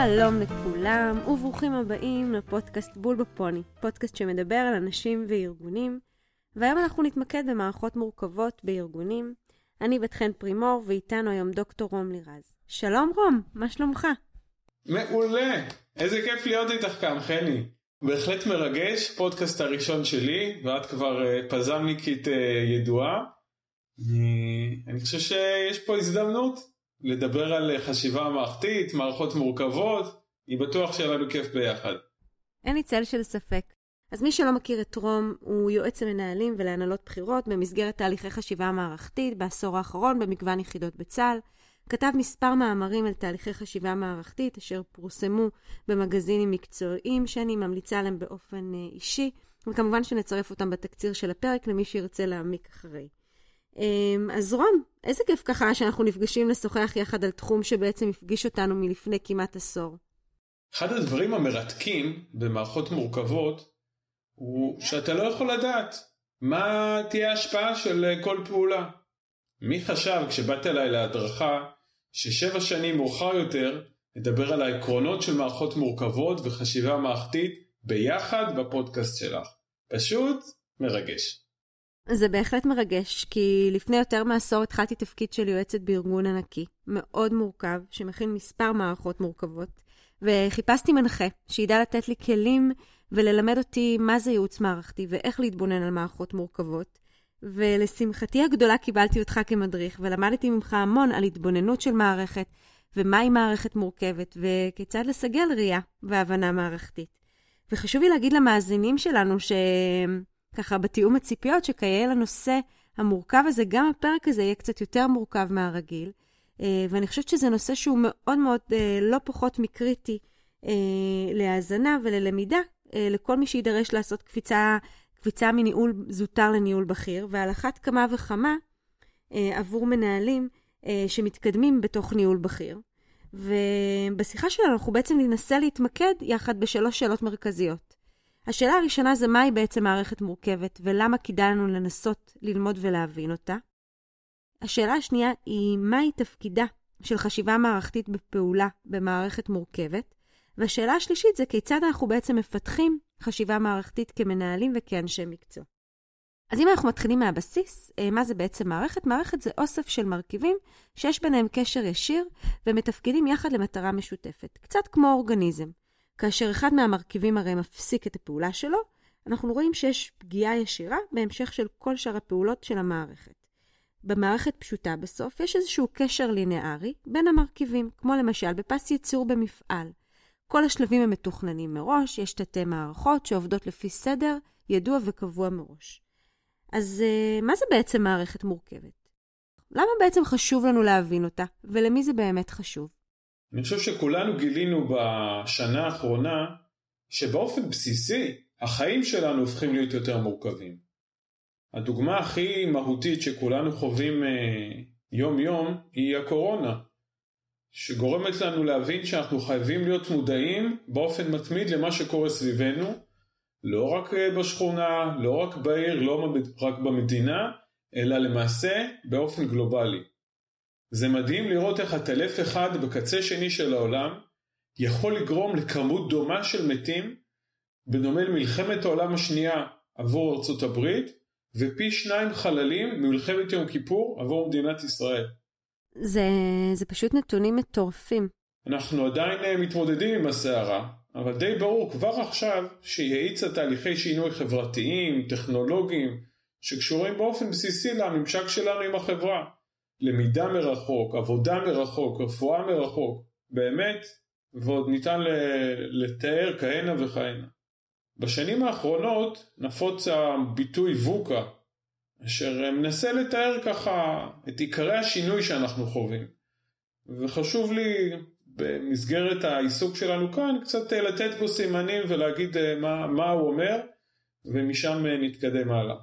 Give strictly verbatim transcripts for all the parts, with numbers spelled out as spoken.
שלום לכולם וברוכים הבאים לפודקאסט בול בפוני, פודקאסט שמדבר על אנשים וארגונים, והיום אנחנו נתמקד במערכות מורכבות בארגונים. אני בת חן פרימור ואיתנו היום דוקטור רום לירז. שלום רום, מה שלומך? מעולה, איזה כיף להיות איתך כאן חני. בהחלט מרגש, פודקאסט הראשון שלי ואת כבר פזמניקית ידועה. אני חושב שיש פה הזדמנות לדבר על חשיבה מערכתית, מערכות מורכבות, היא בטוח שיהיה לנו כיף ביחד. אין לי צל של ספק. אז מי שלא מכיר את רום, הוא יועץ למנהלים ולהנהלות בחירות במסגרת תהליכי חשיבה מערכתית בעשור האחרון במגוון יחידות בצה"ל. כתב מספר מאמרים על תהליכי חשיבה מערכתית אשר פורסמו במגזינים מקצועיים שאני ממליצה עליהם באופן אישי, וכמובן שנצרף אותם בתקציר של הפרק למי שירצה להעמיק אחרי. אז רום, איזה כיף ככה שאנחנו נפגשים לשוחח יחד על תחום שבעצם הפגיש אותנו מלפני כמעט עשור. אחד הדברים המרתקים במערכות מורכבות הוא שאתה לא יכול לדעת מה תהיה ההשפעה של כל פעולה. מי חשב כשבאת אליי להדרכה ששבע שנים מאוחר יותר נדבר על העקרונות של מערכות מורכבות וחשיבה מערכתית ביחד בפודקאסט שלך. פשוט מרגש. זה בהחלט מרגש, כי לפני יותר מעשור התחלתי תפקיד של יועצת בארגון ענקי, מאוד מורכב, שמכין מספר מערכות מורכבות, וחיפשתי מנחה שידע לתת לי כלים וללמד אותי מה זה ייעוץ מערכתי ואיך להתבונן על מערכות מורכבות. ולשמחתי הגדולה קיבלתי אותך כמדריך, ולמדתי ממך המון על התבוננות של מערכת, ומהי מערכת מורכבת, וכיצד לסגל ראייה והבנה מערכתית. וחשוב לי להגיד למאזינים שלנו ש... ככה בתיאום הציפיות שכיאה לנושא המורכב הזה, גם הפרק הזה יהיה קצת יותר מורכב מהרגיל, ואני חושבת שזה נושא שהוא מאוד מאוד לא פחות מקריטי להאזנה וללמידה, לכל מי שידרש לעשות קפיצה, קפיצה מניהול זוטר לניהול בכיר, ועל אחת כמה וכמה עבור מנהלים שמתקדמים בתוך ניהול בכיר. ובשיחה שלנו אנחנו בעצם ננסה להתמקד יחד בשלוש שאלות מרכזיות. השאלה הראשונה זה מהי בעצם מערכת מורכבת ולמה כדאי לנו לנסות ללמוד ולהבין אותה. השאלה השנייה היא מהי תפקידה של חשיבה מערכתית בפעולה במערכת מורכבת. והשאלה השלישית זה כיצד אנחנו בעצם מפתחים חשיבה מערכתית כמנהלים וכאנשי מקצוע. אז אם אנחנו מתחילים מהבסיס, מה זה בעצם מערכת? מערכת זה אוסף של מרכיבים שיש ביניהם קשר ישיר ומתפקידים יחד למטרה משותפת. קצת כמו אורגניזם. כאשר אחד מהמרכיבים הרי מפסיק את הפעולה שלו, אנחנו רואים שיש פגיעה ישירה בהמשך של כל שאר הפעולות של המערכת. במערכת פשוטה בסוף יש איזשהו קשר לינארי בין המרכיבים, כמו למשל בפס ייצור במפעל. כל השלבים הם מתוכננים מראש, יש תתי מערכות שעובדות לפי סדר, ידוע וקבוע מראש. אז מה זה בעצם מערכת מורכבת? למה בעצם חשוב לנו להבין אותה, ולמי זה באמת חשוב? אני חושב שכולנו גילינו בשנה האחרונה שבאופן בסיסי החיים שלנו הופכים להיות יותר מורכבים. הדוגמה הכי מהותית שכולנו חווים יום יום היא הקורונה, שגורמת לנו להבין שאנחנו חייבים להיות מודעים באופן מתמיד למה שקורה סביבנו, לא רק בשכונה, לא רק בעיר, לא רק במדינה, אלא למעשה באופן גלובלי. זה מדהים לראות איך הטלף אחד בקצה שני של העולם יכול לגרום לכמות דומה של מתים, בדומה למלחמת העולם השנייה עבור ארצות הברית, ופי שניים חללים ממלחמת יום כיפור עבור מדינת ישראל. זה, זה פשוט נתונים מטורפים. אנחנו עדיין מתמודדים עם הסערה, אבל די ברור כבר עכשיו שיעיצה תהליכי שינוי חברתיים, טכנולוגיים, שקשורים באופן בסיסי לממשק שלנו עם החברה. למידה מרחוק, עבודה מרחוק, רפואה מרחוק, באמת, ועוד ניתן לתאר כהנה וכהנה. בשנים האחרונות נפוץ הביטוי ווקה, אשר מנסה לתאר ככה את עיקרי השינוי שאנחנו חווים. וחשוב לי במסגרת העיסוק שלנו כאן קצת לתת בו סימנים ולהגיד מה, מה הוא אומר, ומשם נתקדם הלאה.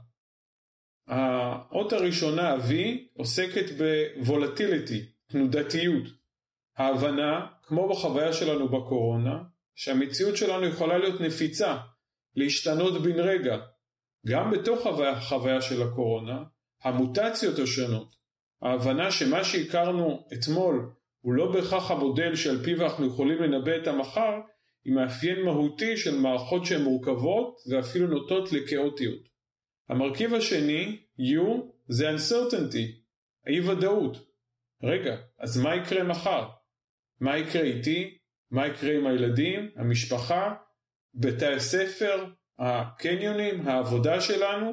האות הראשונה, ה-V, עוסקת בוולטיליטי, תנודתיות. ההבנה, כמו בחוויה שלנו בקורונה, שהמציאות שלנו יכולה להיות נפיצה, להשתנות בן רגע. גם בתוך החוויה של הקורונה, המוטציות השונות, ההבנה שמה שהכרנו אתמול הוא לא בהכרח המודל שעל פיו אנחנו יכולים לנבא את המחר, היא מאפיין מהותי של מערכות שהן מורכבות ואפילו נוטות לכאוטיות. המרכיב השני, U, זה uncertainty, האי ודאות. רגע, אז מה יקרה מחר? מה יקרה איתי? מה יקרה עם הילדים, המשפחה, בתי הספר, הקניונים, העבודה שלנו?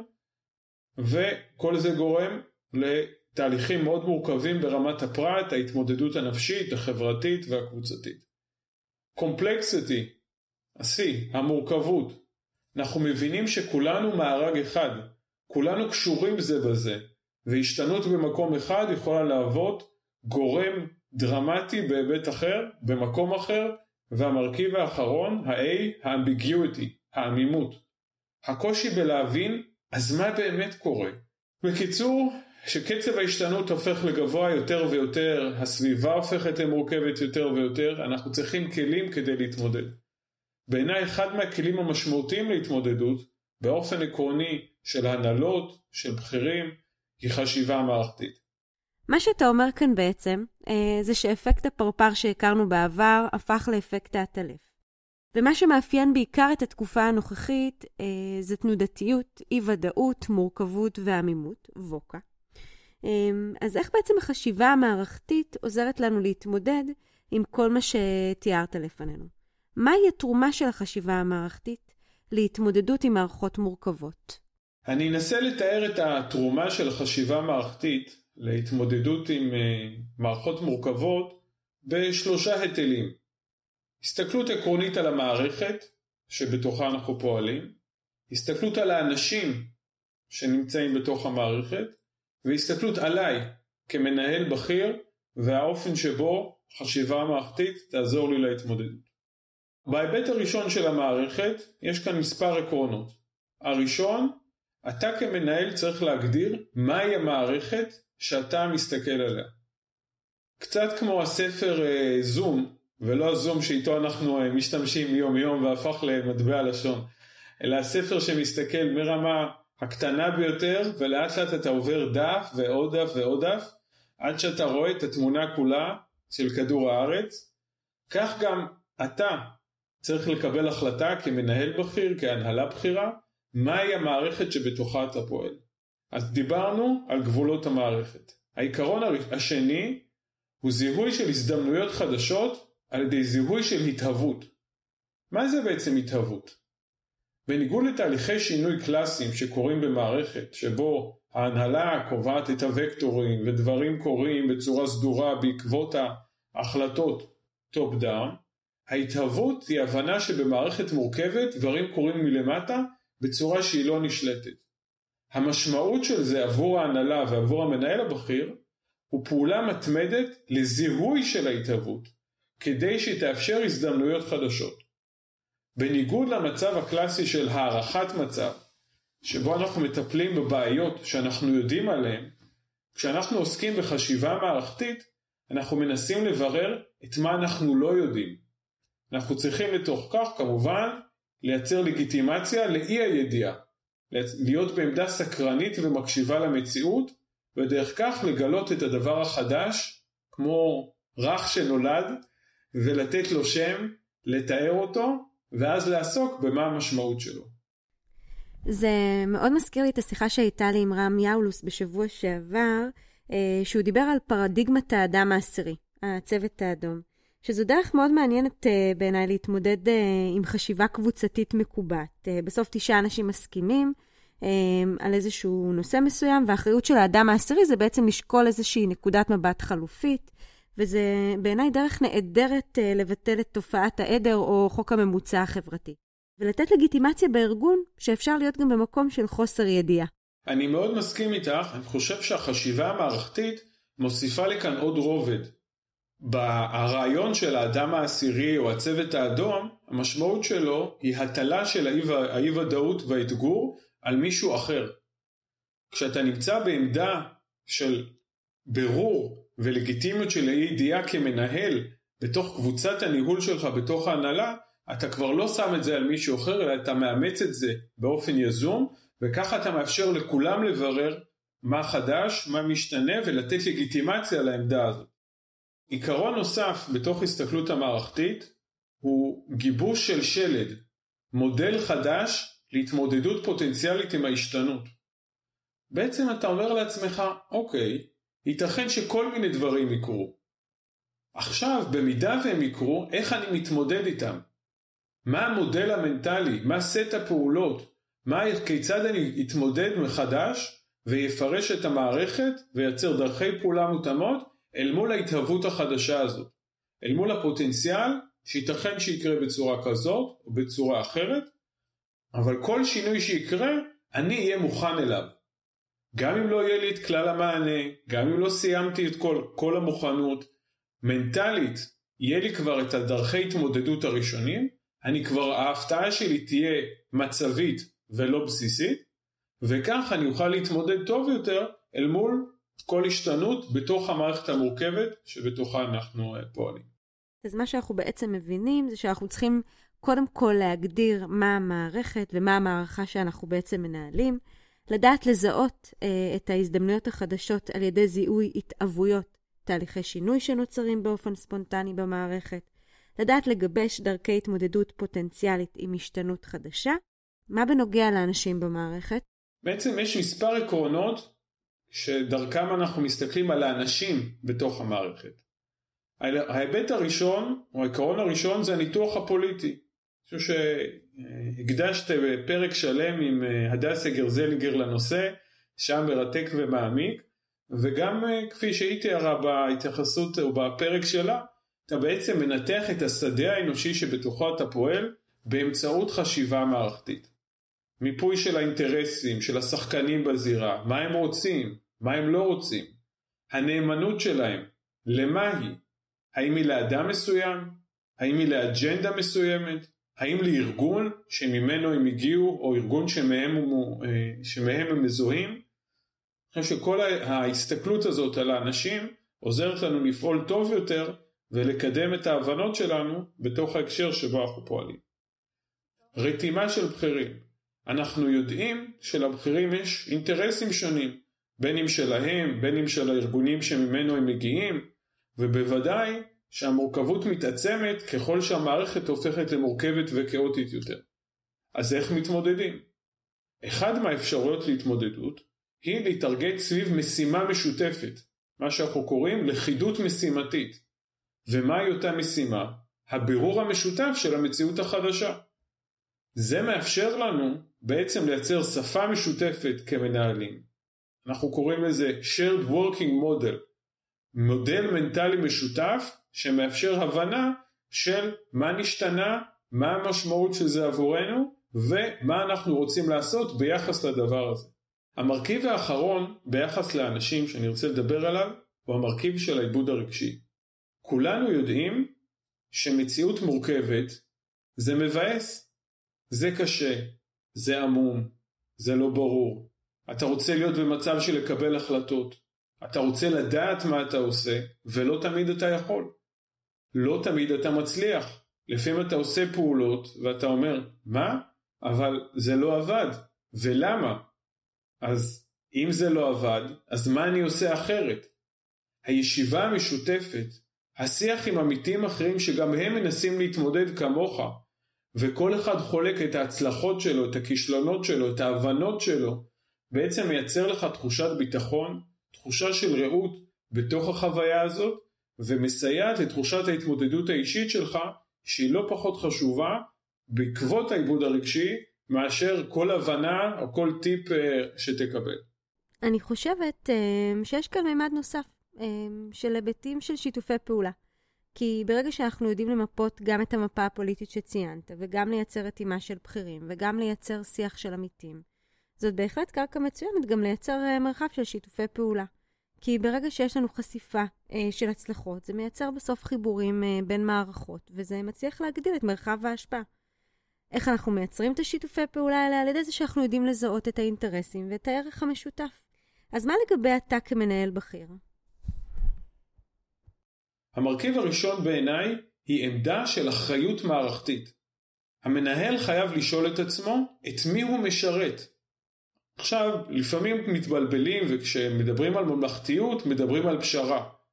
וכל זה גורם לתהליכים מאוד מורכבים ברמת הפרט, ההתמודדות הנפשית, החברתית והקבוצתית. Complexity, ה-C, המורכבות. אנחנו מבינים שכולנו מארג אחד, כולנו קשורים זה בזה, והשתנות במקום אחד יכולה להוות גורם דרמטי בהיבט אחר, במקום אחר, והמרכיב האחרון, ה-A, ה-ambiguity, העמימות. הקושי בלהבין, אז מה באמת קורה? בקיצור, שקצב ההשתנות הופך לגבוה יותר ויותר, הסביבה הופכת למורכבת יותר ויותר, אנחנו צריכים כלים כדי להתמודד. בעיניי אחד מהכלים המשמעותיים להתמודדות, באופן עקרוני של הנהלות, של בכירים, היא חשיבה מערכתית. מה שאתה אומר כאן בעצם, זה שאפקט הפרפר שהכרנו בעבר הפך לאפקט העטלף. ומה שמאפיין בעיקר את התקופה הנוכחית, זה תנודתיות, אי ודאות, מורכבות ועמימות, ווקה. אז איך בעצם החשיבה המערכתית עוזרת לנו להתמודד עם כל מה שתיארת לפנינו? מהי התרומה של החשיבה המערכתית להתמודדות עם מערכות מורכבות? אני אנסה לתאר את התרומה של החשיבה המערכתית להתמודדות עם מערכות מורכבות בשלושה היטלים. הסתכלות עקרונית על המערכת שבתוכה אנחנו פועלים, הסתכלות על האנשים שנמצאים בתוך המערכת, והסתכלות עליי כמנהל בכיר והאופן שבו חשיבה מערכתית תעזור לי להתמודדות. בהיבט הראשון של המערכת יש כאן מספר עקרונות. הראשון, אתה כמנהל צריך להגדיר מהי המערכת שאתה מסתכל עליה. קצת כמו הספר זום, ולא הזום שאיתו אנחנו משתמשים יום יום והפך למטבע לשון, אלא הספר שמסתכל מרמה הקטנה ביותר, ולאט לאט אתה עובר דף ועוד דף ועוד דף, עד שאתה רואה את התמונה כולה של כדור הארץ. כך גם אתה צריך לקבל החלטה כמנהל בכיר, כהנהלה בכירה, מהי המערכת שבתוכה אתה פועל. אז דיברנו על גבולות המערכת. העיקרון השני הוא זיהוי של הזדמנויות חדשות על ידי זיהוי של התהוות. מה זה בעצם התהוות? בניגוד לתהליכי שינוי קלאסיים שקורים במערכת, שבו ההנהלה קובעת את הוקטורים ודברים קורים בצורה סדורה בעקבות ההחלטות טופ דאון, ההתהוות היא הבנה שבמערכת מורכבת דברים קורים מלמטה בצורה שהיא לא נשלטת. המשמעות של זה עבור ההנהלה ועבור המנהל הבכיר הוא פעולה מתמדת לזיהוי של ההתהוות, כדי שתאפשר הזדמנויות חדשות. בניגוד למצב הקלאסי של הערכת מצב, שבו אנחנו מטפלים בבעיות שאנחנו יודעים עליהן, כשאנחנו עוסקים בחשיבה מערכתית, אנחנו מנסים לברר את מה אנחנו לא יודעים. אנחנו צריכים לתוך כך, כמובן, לייצר לגיטימציה לאי הידיעה, להיות בעמדה סקרנית ומקשיבה למציאות, ודרך כך לגלות את הדבר החדש, כמו רך שנולד, ולתת לו שם, לתאר אותו, ואז לעסוק במה המשמעות שלו. זה מאוד מזכיר לי את השיחה שהייתה לי עם רם יאולוס בשבוע שעבר, שהוא דיבר על פרדיגמת האדם העשירי, הצוות האדום, שזו דרך מאוד מעניינת בעיניי להתמודד עם חשיבה קבוצתית מקובעת. בסוף תשעה אנשים מסכימים על איזשהו נושא מסוים, והאחריות של האדם העשירי זה בעצם לשקול איזושהי נקודת מבט חלופית, וזה בעיניי דרך נהדרת לבטל את תופעת העדר או חוק הממוצע החברתי. ולתת לגיטימציה בארגון שאפשר להיות גם במקום של חוסר ידיעה. אני מאוד מסכים איתך, אני חושב שהחשיבה המערכתית מוסיפה לכאן עוד רובד. ברעיון של האדם העשירי או הצוות האדום, המשמעות שלו היא הטלה של האי ודאות והאתגור על מישהו אחר. כשאתה נמצא בעמדה של ברור ולגיטימיות של אי ידיעה כמנהל בתוך קבוצת הניהול שלך בתוך ההנהלה, אתה כבר לא שם את זה על מישהו אחר, אלא אתה מאמץ את זה באופן יזום, וככה אתה מאפשר לכולם לברר מה חדש, מה משתנה, ולתת לגיטימציה לעמדה הזאת. עיקרון נוסף בתוך הסתכלות המערכתית הוא גיבוש של שלד, מודל חדש להתמודדות פוטנציאלית עם ההשתנות. בעצם אתה אומר לעצמך, אוקיי, ייתכן שכל מיני דברים יקרו. עכשיו, במידה והם יקרו, איך אני מתמודד איתם? מה המודל המנטלי? מה סט הפעולות? מה, כיצד אני אתמודד מחדש ויפרש את המערכת וייצר דרכי פעולה מותאמות אל מול ההתהוות החדשה הזאת, אל מול הפוטנציאל שייתכן שיקרה בצורה כזאת או בצורה אחרת, אבל כל שינוי שיקרה, אני אהיה מוכן אליו. גם אם לא יהיה לי את כלל המענה, גם אם לא סיימתי את כל, כל המוכנות, מנטלית יהיה לי כבר את הדרכי התמודדות הראשונים, אני כבר, ההפתעה שלי תהיה מצבית ולא בסיסית, וכך אני אוכל להתמודד טוב יותר אל מול כל השתנות בתוך המערכת המורכבת שבתוכה אנחנו פועלים. אז מה שאנחנו בעצם מבינים זה שאנחנו צריכים קודם כל להגדיר מה המערכת ומה המערכה שאנחנו בעצם מנהלים, לדעת לזהות אה, את ההזדמנויות החדשות על ידי זיהוי התאבויות, תהליכי שינוי שנוצרים באופן ספונטני במערכת, לדעת לגבש דרכי התמודדות פוטנציאלית עם השתנות חדשה. מה בנוגע לאנשים במערכת? בעצם יש מספר עקרונות שדרכם אנחנו מסתכלים על האנשים בתוך המערכת. ההיבט הראשון, או העקרון הראשון, זה הניתוח הפוליטי. אני חושב שהקדשת פרק שלם עם הדס גרזליגר לנושא, שם מרתק ומעמיק, וגם כפי שהיא תיארה בהתייחסות או בפרק שלה, אתה בעצם מנתח את השדה האנושי שבתוכו אתה פועל באמצעות חשיבה מערכתית. מיפוי של האינטרסים, של השחקנים בזירה, מה הם רוצים, מה הם לא רוצים, הנאמנות שלהם, למה היא, האם היא לאדם מסוים, האם היא לאג'נדה מסוימת, האם לארגון שממנו הם הגיעו או ארגון שמהם, שמהם הם מזוהים. אני חושב שכל ההסתכלות הזאת על האנשים עוזרת לנו לפעול טוב יותר ולקדם את ההבנות שלנו בתוך ההקשר שבו אנחנו פועלים. רתימה של בכירים. אנחנו יודעים שלבכירים יש אינטרסים שונים, בין אם שלהם, בין אם של הארגונים שממנו הם מגיעים, ובוודאי שהמורכבות מתעצמת ככל שהמערכת הופכת למורכבת וכאוטית יותר. אז איך מתמודדים? אחד מהאפשרויות להתמודדות היא להתארגן סביב משימה משותפת, מה שאנחנו קוראים לכידות משימתית. ומהי אותה משימה? הבירור המשותף של המציאות החדשה. זה מאפשר לנו בעצם לייצר שפה משותפת כמנהלים. אנחנו קוראים לזה shared working model, מודל מנטלי משותף שמאפשר הבנה של מה נשתנה, מה המשמעות של זה עבורנו, ומה אנחנו רוצים לעשות ביחס לדבר הזה. המרכיב האחרון ביחס לאנשים שאני רוצה לדבר עליו, הוא המרכיב של העיבוד הרגשי. כולנו יודעים שמציאות מורכבת זה מבאס, זה קשה, זה עמום, זה לא ברור. אתה רוצה להיות במצב של לקבל החלטות. אתה רוצה לדעת מה אתה עושה, ולא תמיד אתה יכול. לא תמיד אתה מצליח. לפעמים אתה עושה פעולות, ואתה אומר, מה? אבל זה לא עבד. ולמה? אז אם זה לא עבד, אז מה אני עושה אחרת? הישיבה המשותפת, השיח עם עמיתים אחרים שגם הם מנסים להתמודד כמוך, וכל אחד חולק את ההצלחות שלו, את הכישלונות שלו, את ההבנות שלו, בעצם מייצר לך תחושת ביטחון, תחושה של רעות בתוך החוויה הזאת, ומסייעת לתחושת ההתמודדות האישית שלך, שהיא לא פחות חשובה, בעקבות העיבוד הרגשי, מאשר כל הבנה או כל טיפ שתקבל. אני חושבת שיש כאן מימד נוסף, של היבטים של שיתופי פעולה. כי ברגע שאנחנו יודעים למפות גם את המפה הפוליטית שציינת, וגם לייצר רתימה של בכירים, וגם לייצר שיח של עמיתים, זאת בהחלט קרקע מצוינת גם לייצר מרחב של שיתופי פעולה. כי ברגע שיש לנו חשיפה אה, של הצלחות, זה מייצר בסוף חיבורים אה, בין מערכות, וזה מצליח להגדיל את מרחב ההשפעה. איך אנחנו מייצרים את השיתופי פעולה האלה? על ידי זה שאנחנו יודעים לזהות את האינטרסים ואת הערך המשותף. אז מה לגבי אתה כמנהל בכיר? המרכיב הראשון בעיניי היא עמדה של אחריות מערכתית. המנהל חייב לשאול את עצמו את מי הוא משרת. עכשיו, לפעמים מתבלבלים וכשמדברים על ממלכתיות מדברים על פשרה.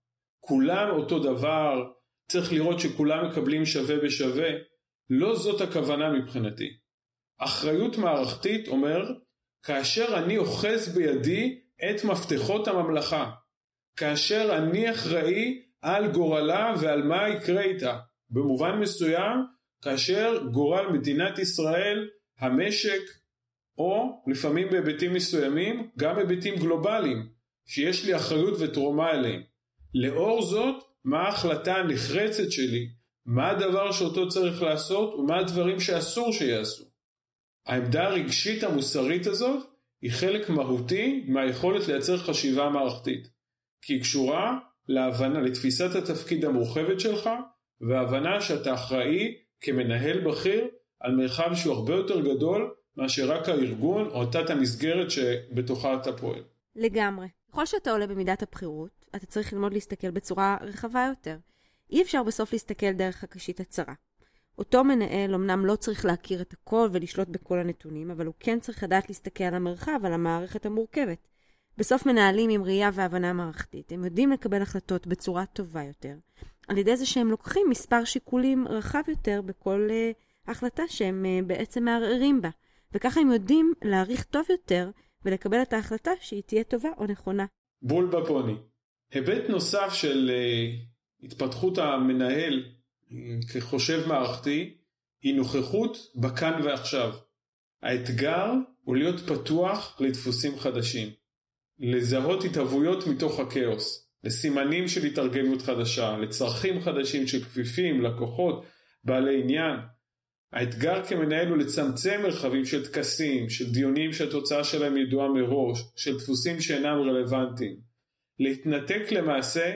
כולם אותו דבר, צריך לראות שכולם מקבלים שווה בשווה, לא זאת הכוונה מבחינתי. אחריות מערכתית אומר, כאשר אני אוחז בידי את מפתחות הממלכה, כאשר אני אחראי על גורלה ועל מה יקרה איתה, במובן מסוים, כאשר גורל מדינת ישראל, המשק, או לפעמים בהיבטים מסוימים, גם היבטים גלובליים, שיש לי אחריות ותרומה אליהם. לאור זאת, מה ההחלטה הנחרצת שלי, מה הדבר שאותו צריך לעשות, ומה הדברים שאסור שיעשו. העמדה הרגשית המוסרית הזאת, היא חלק מהותי מהיכולת לייצר חשיבה מערכתית, כי היא קשורה להבנה, לתפיסת התפקיד המורחבת שלך, וההבנה שאתה אחראי כמנהל בכיר על מרחב שהוא הרבה יותר גדול מאשר רק הארגון או תת המסגרת שבתוכה אתה פועל. לגמרי. ככל שאתה עולה במידת הבחירות, אתה צריך ללמוד להסתכל בצורה רחבה יותר. אי אפשר בסוף להסתכל דרך הקשית הצרה. אותו מנהל אמנם לא צריך להכיר את הכל ולשלוט בכל הנתונים, אבל הוא כן צריך לדעת להסתכל על המרחב, על המערכת המורכבת. בסוף מנהלים עם ראייה והבנה מערכתית, הם יודעים לקבל החלטות בצורה טובה יותר, על ידי זה שהם לוקחים מספר שיקולים רחב יותר בכל uh, החלטה שהם uh, בעצם מערערים בה. וככה הם יודעים להעריך טוב יותר ולקבל את ההחלטה שהיא תהיה טובה או נכונה. בול בפוני. היבט נוסף של uh, התפתחות המנהל uh, כחושב מערכתי, היא נוכחות בכאן ועכשיו. האתגר הוא להיות פתוח לדפוסים חדשים. לזהות התהוויות מתוך הכאוס, לסימנים של התארגנות חדשה, לצרכים חדשים של כפיפים, לקוחות, בעלי עניין. האתגר כמנהל הוא לצמצם מרחבים של תקסים, של דיונים שהתוצאה שלהם ידועה מראש, של דפוסים שאינם רלוונטיים. להתנתק למעשה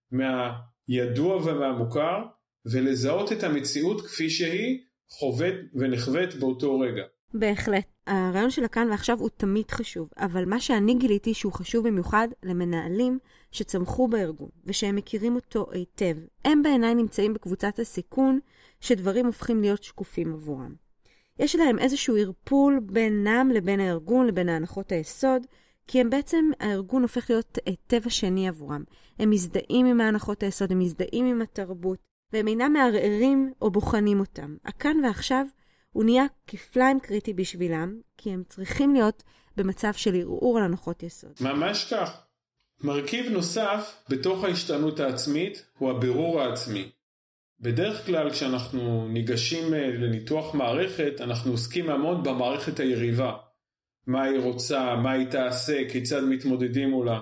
מהידוע ומהמוכר, ולזהות את המציאות כפי שהיא חובט ונחווט באותו רגע. בהחלט. הרעיון של הכאן ועכשיו הוא תמיד חשוב, אבל מה שאני גיליתי שהוא חשוב במיוחד למנהלים שצמחו בארגון, ושהם מכירים אותו היטב. הם בעיניי נמצאים בקבוצת הסיכון, שדברים הופכים להיות שקופים עבורם. יש להם איזשהו ערפול בינם לבין הארגון, לבין ההנחות היסוד, כי הם בעצם, הארגון הופך להיות טבע שני עבורם. הם מזדהים עם ההנחות היסוד, הם מזדהים עם התרבות, והם אינם מערערים או בוחנים אותם. הכאן ועכשיו הוא נהיה כפליים קריטי בשבילם, כי הם צריכים להיות במצב של ערעור על הנחות יסוד. ממש כך. מרכיב נוסף בתוך ההשתנות העצמית הוא הבירור העצמי. בדרך כלל כשאנחנו ניגשים לניתוח מערכת, אנחנו עוסקים המון במערכת היריבה. מה היא רוצה, מה היא תעשה, כיצד מתמודדים מולה.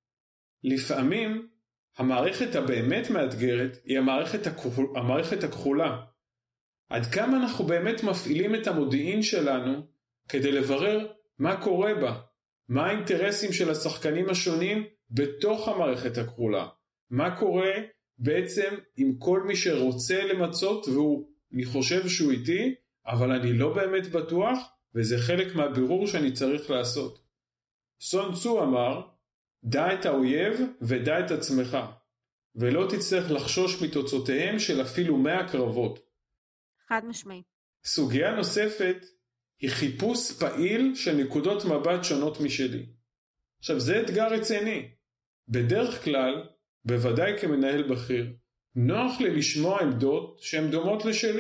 לפעמים המערכת הבאמת מאתגרת היא המערכת, הכחול, המערכת הכחולה. עד כמה אנחנו באמת מפעילים את המודיעין שלנו כדי לברר מה קורה בה, מה האינטרסים של השחקנים השונים בתוך המערכת הכחולה, מה קורה בעצם עם כל מי שרוצה למצות והוא, אני חושב שהוא איתי, אבל אני לא באמת בטוח, וזה חלק מהבירור שאני צריך לעשות. סון צו אמר, דע את האויב ודע את עצמך, ולא תצטרך לחשוש מתוצאותיהם של אפילו מאה קרבות. חד משמעי. סוגיה נוספת היא חיפוש פעיל של נקודות מבט שונות משלי. עכשיו זה אתגר רציני. בדרך כלל, בוודאי כמנהל בכיר, נוח לי לשמוע עמדות שהן דומות לשלי.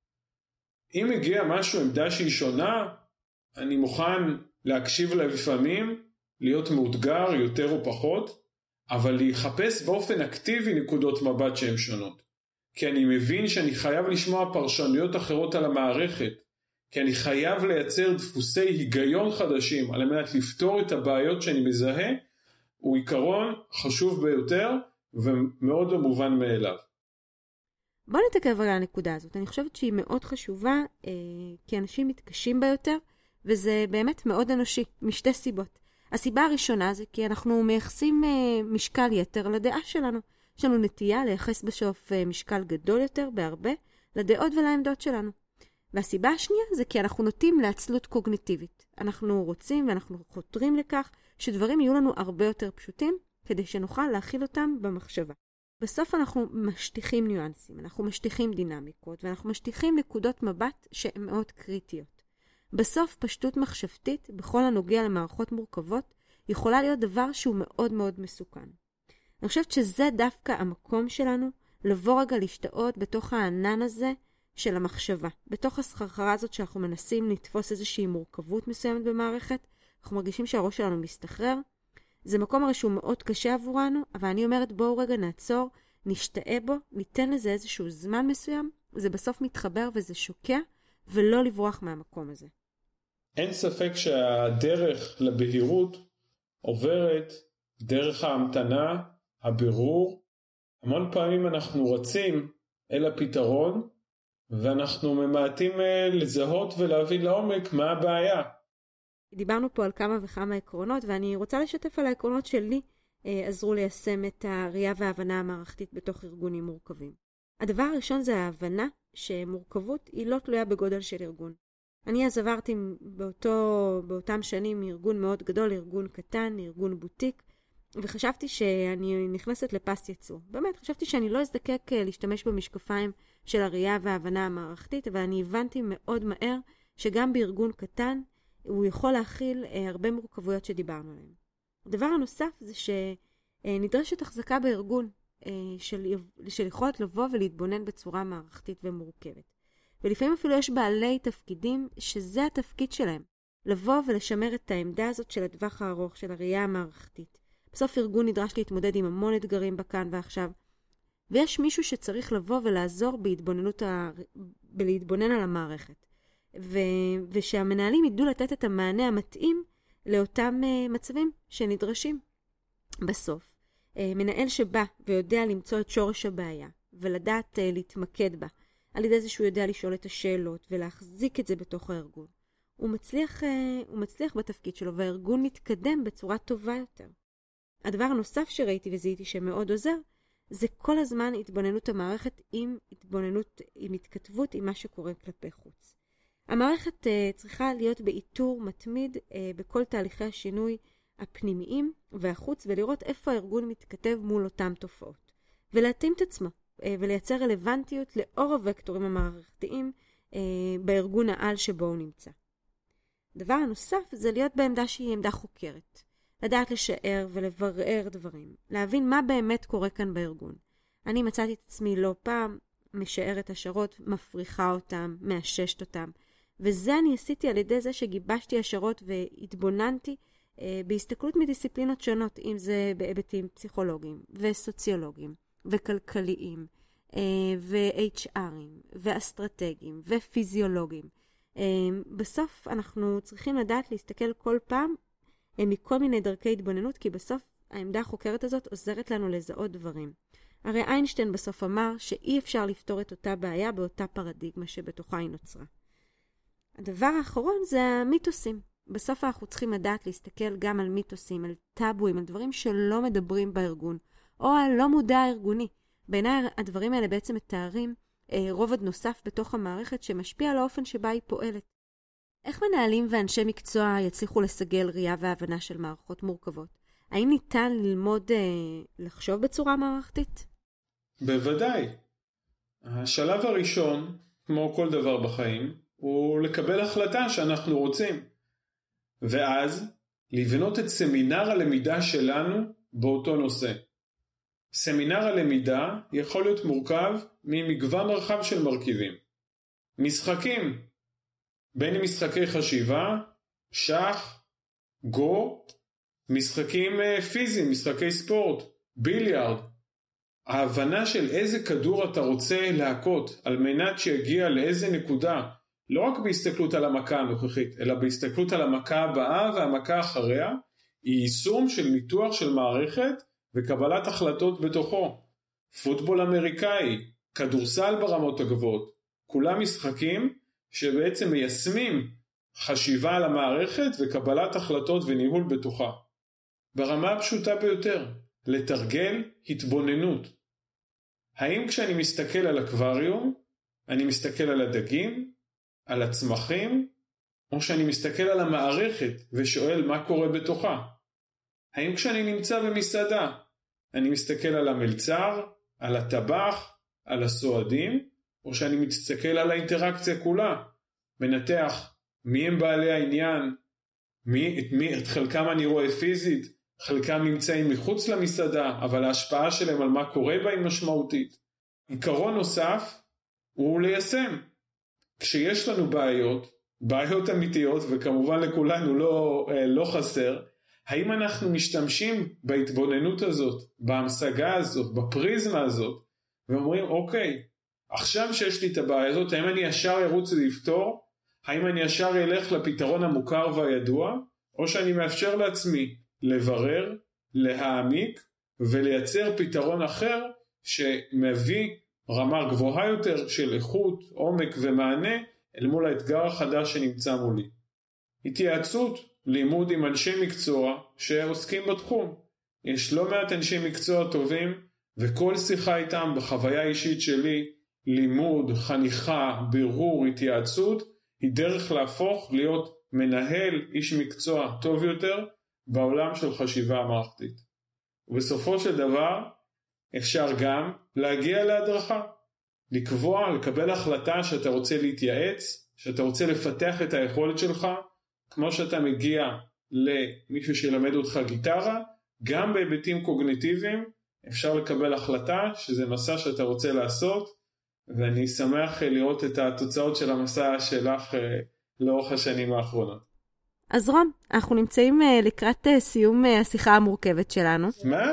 אם הגיע משהו, עמדה שהיא שונה, אני מוכן להקשיב לה לפעמים, להיות מאותגר יותר או פחות, אבל להיחפש באופן אקטיבי נקודות מבט שהן שונות. כי אני מבין שאני חייב לשמוע פרשנויות אחרות על המערכת, כי אני חייב לייצר דפוסי היגיון חדשים על מנת לפתור את הבעיות שאני מזהה, הוא עיקרון חשוב ביותר ומאוד לא מובן מאליו. בוא נתעכב על הנקודה הזאת. אני חושבת שהיא מאוד חשובה, אה, כי אנשים מתקשים בה יותר, וזה באמת מאוד אנושי, משתי סיבות. הסיבה הראשונה זה כי אנחנו מייחסים אה, משקל יתר לדעה שלנו. יש לנו נטייה לייחס בסוף אה, משקל גדול יותר, בהרבה, לדעות ולעמדות שלנו. והסיבה השנייה זה כי אנחנו נוטים לעצלות קוגניטיבית. אנחנו רוצים ואנחנו חותרים לכך שדברים יהיו לנו הרבה יותר פשוטים, כדי שנוכל להכיל אותם במחשבה. בסוף אנחנו משטיחים ניואנסים, אנחנו משטיחים דינמיקות, ואנחנו משטיחים נקודות מבט שהן מאוד קריטיות. בסוף פשטות מחשבתית, בכל הנוגע למערכות מורכבות, יכולה להיות דבר שהוא מאוד מאוד מסוכן. אני חושבת שזה דווקא המקום שלנו, לבוא רגע להשתאות בתוך הענן הזה של המחשבה. בתוך הסחרחרה הזאת שאנחנו מנסים לתפוס איזושהי מורכבות מסוימת במערכת, אנחנו מרגישים שהראש שלנו מסתחרר. זה מקום הרי שהוא מאוד קשה עבורנו, אבל אני אומרת בואו רגע נעצור, נשתאה בו, ניתן לזה איזשהו זמן מסוים, זה בסוף מתחבר וזה שוקע, ולא לברוח מהמקום הזה. אין ספק שהדרך לבהירות עוברת דרך ההמתנה, הבירור. המון פעמים אנחנו רצים אל הפתרון, ואנחנו ממעטים לזהות ולהבין לעומק מה הבעיה. דיברנו פה על כמה וכמה עקרונות, ואני רוצה לשתף על העקרונות שלי עזרו ליישם את הראייה וההבנה המערכתית בתוך ארגונים מורכבים. הדבר הראשון זה ההבנה שמורכבות היא לא תלויה בגודל של ארגון. אני אז עברתי באותו, באותם שנים מארגון מאוד גדול, ארגון קטן, ארגון בוטיק, וחשבתי שאני נכנסת לפס יצור. באמת, חשבתי שאני לא אזדקק להשתמש במשקפיים של הראייה וההבנה המערכתית, אבל אני הבנתי מאוד מהר שגם בארגון קטן הוא יכול להכיל הרבה מורכבויות שדיברנו עליהן. הדבר הנוסף זה שנדרשת החזקה בארגון של, של יכולת לבוא ולהתבונן בצורה מערכתית ומורכבת. ולפעמים אפילו יש בעלי תפקידים שזה התפקיד שלהם, לבוא ולשמר את העמדה הזאת של הטווח הארוך, של הראייה המערכתית. בסוף ארגון נדרש להתמודד עם המון אתגרים בכאן ועכשיו, ויש מישהו שצריך לבוא ולעזור בהתבוננות ה... בלהתבונן על המערכת. ו... ושהמנהלים ידעו לתת את המענה המתאים לאותם uh, מצבים שנדרשים. בסוף, uh, מנהל שבא ויודע למצוא את שורש הבעיה, ולדעת uh, להתמקד בה, על ידי זה שהוא יודע לשאול את השאלות ולהחזיק את זה בתוך הארגון. הוא מצליח, uh, הוא מצליח בתפקיד שלו, והארגון מתקדם בצורה טובה יותר. הדבר הנוסף שראיתי וזיהיתי שמאוד עוזר, זה כל הזמן התבוננות המערכת עם התבוננות, עם התכתבות עם מה שקורה כלפי חוץ. המערכת uh, צריכה להיות באיתור מתמיד uh, בכל תהליכי השינוי הפנימיים והחוץ, ולראות איפה הארגון מתכתב מול אותם תופעות. ולהתאים את עצמו, uh, ולייצר רלוונטיות לאור הוקטורים המערכתיים uh, בארגון העל שבו הוא נמצא. דבר הנוסף זה להיות בעמדה שהיא עמדה חוקרת. לדעת לשער ולברר דברים, להבין מה באמת קורה כאן בארגון. אני מצאתי את עצמי לא פעם, משערת השערות, מפריחה אותם, מאששת אותם, וזה אני עשיתי על ידי זה שגיבשתי השערות והתבוננתי אה, בהסתכלות מדיסציפלינות שונות, אם זה בהיבטים פסיכולוגיים וסוציולוגיים וכלכליים אה, ו-אייץ' ארים ואסטרטגיים ופיזיולוגיים. אה, בסוף אנחנו צריכים לדעת להסתכל כל פעם מכל מיני דרכי התבוננות, כי בסוף העמדה החוקרת הזאת עוזרת לנו לזהות דברים. הרי איינשטיין בסוף אמר שאי אפשר לפתור את אותה בעיה באותה פרדיגמה שבתוכה היא נוצרה. הדבר האחרון זה המיתוסים. בסוף אנחנו צריכים לדעת להסתכל גם על מיתוסים, על טאבויים, על דברים שלא מדברים בארגון, או על לא מודע הארגוני. בעיניי הדברים האלה בעצם מתארים אה, רובד נוסף בתוך המערכת שמשפיע על האופן שבה היא פועלת. איך מנהלים ואנשי מקצוע יצליחו לסגל ראייה והבנה של מערכות מורכבות? האם ניתן ללמוד אה, לחשוב בצורה מערכתית? בוודאי. השלב הראשון, כמו כל דבר בחיים, הוא לקבל החלטה שאנחנו רוצים. ואז לבנות את סמינר הלמידה שלנו באותו נושא. סמינר הלמידה יכול להיות מורכב ממגוון רחב של מרכיבים. משחקים, בין אם משחקי חשיבה, שח, גו, משחקים פיזיים, משחקי ספורט, ביליארד. ההבנה של איזה כדור אתה רוצה להכות על מנת שיגיע לאיזה נקודה, לא רק בהסתכלות על המכה הנוכחית, אלא בהסתכלות על המכה הבאה והמכה אחריה, היא יישום של ניתוח של מערכת וקבלת החלטות בתוכו. פוטבול אמריקאי, כדורסל ברמות הגבוהות, כולם משחקים שבעצם מיישמים חשיבה על המערכת וקבלת החלטות וניהול בתוכה. ברמה הפשוטה ביותר, לתרגל התבוננות. האם כשאני מסתכל על אקווריום, אני מסתכל על הדגים, על הצמחים, או שאני מסתכל על המערכת ושואל מה קורה בתוכה? האם כשאני נמצא במסעדה, אני מסתכל על המלצר, על הטבח, על הסועדים, או שאני מסתכל על האינטראקציה כולה, מנתח מי הם בעלי העניין, מי, את, מי, את חלקם אני רואה פיזית, חלקם נמצאים מחוץ למסעדה, אבל ההשפעה שלהם על מה קורה בה היא משמעותית. עיקרון נוסף הוא ליישם. כשיש לנו בעיות, בעיות אמיתיות, וכמובן לכולנו לא, לא חסר, האם אנחנו משתמשים בהתבוננות הזאת, בהמשגה הזאת, בפריזמה הזאת, ואומרים, אוקיי, עכשיו שיש לי את הבעיה הזאת, האם אני ישר ארוץ לפתור? האם אני ישר אלך לפתרון המוכר והידוע? או שאני מאפשר לעצמי לברר, להעמיק, ולייצר פתרון אחר שמביא רמה גבוהה יותר של איכות, עומק ומענה אל מול האתגר החדש שנמצא מולי. התייעצות, לימוד עם אנשי מקצוע שעוסקים בתחום. יש לא מעט אנשי מקצוע טובים, וכל שיחה איתם בחוויה האישית שלי, לימוד, חניכה, בירור, התייעצות, היא דרך להפוך להיות מנהל, איש מקצוע טוב יותר בעולם של חשיבה מערכתית. ובסופו של דבר אפשר גם להגיע להדרכה, לקבוע, לקבל החלטה שאתה רוצה להתייעץ, שאתה רוצה לפתח את היכולת שלך, כמו שאתה מגיע למישהו שילמד אותך גיטרה, גם בהיבטים קוגניטיביים אפשר לקבל החלטה שזה מסע שאתה רוצה לעשות, ואני שמח לראות את התוצאות של המסע שלך לאורך השנים האחרונות. אז רום, אנחנו נמצאים לקראת סיום השיחה המורכבת שלנו. מה?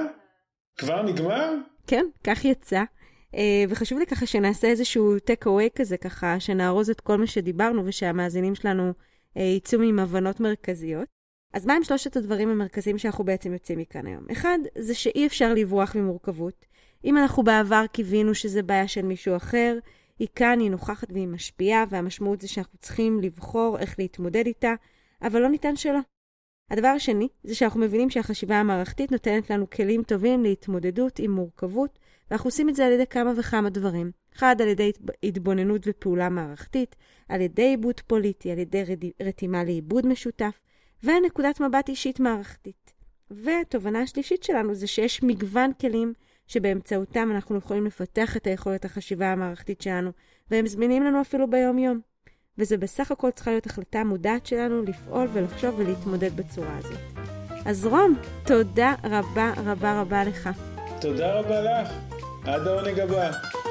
כבר נגמר? כן, כך יצא. וחשוב לי ככה שנעשה איזשהו take away כזה, ככה שנארוז את כל מה שדיברנו ושהמאזינים שלנו ייצאו עם הבנות מרכזיות. אז מה הם שלושת הדברים המרכזיים שאנחנו בעצם יוצאים מכאן היום? אחד, זה שאי אפשר לברוח ממורכבות. אם אנחנו בעבר קיווינו שזה בעיה של מישהו אחר, היא כאן, היא נוכחת והיא משפיעה, והמשמעות זה שאנחנו צריכים לבחור איך להתמודד איתה, אבל לא ניתן שלא. הדבר השני, זה שאנחנו מבינים שהחשיבה המערכתית נותנת לנו כלים טובים להתמודדות עם מורכבות, ואנחנו עושים את זה על ידי כמה וכמה דברים. אחד, על ידי התבוננות ופעולה מערכתית, על ידי עיבוד פוליטי, על ידי רתימה לעיבוד משותף, ונקודת מבט אישית מערכתית. והתובנה השלישית שלנו זה שיש מגוון כלים שבאמצעותם אנחנו יכולים לפתח את היכולת החשיבה המערכתית שלנו, והם זמינים לנו אפילו ביום יום. וזה בסך הכל צריכה להיות החלטה מודעת שלנו לפעול ולחשוב ולהתמודד בצורה הזאת. אז רום, תודה רבה רבה רבה לך. תודה רבה לך. עד העונג הבא.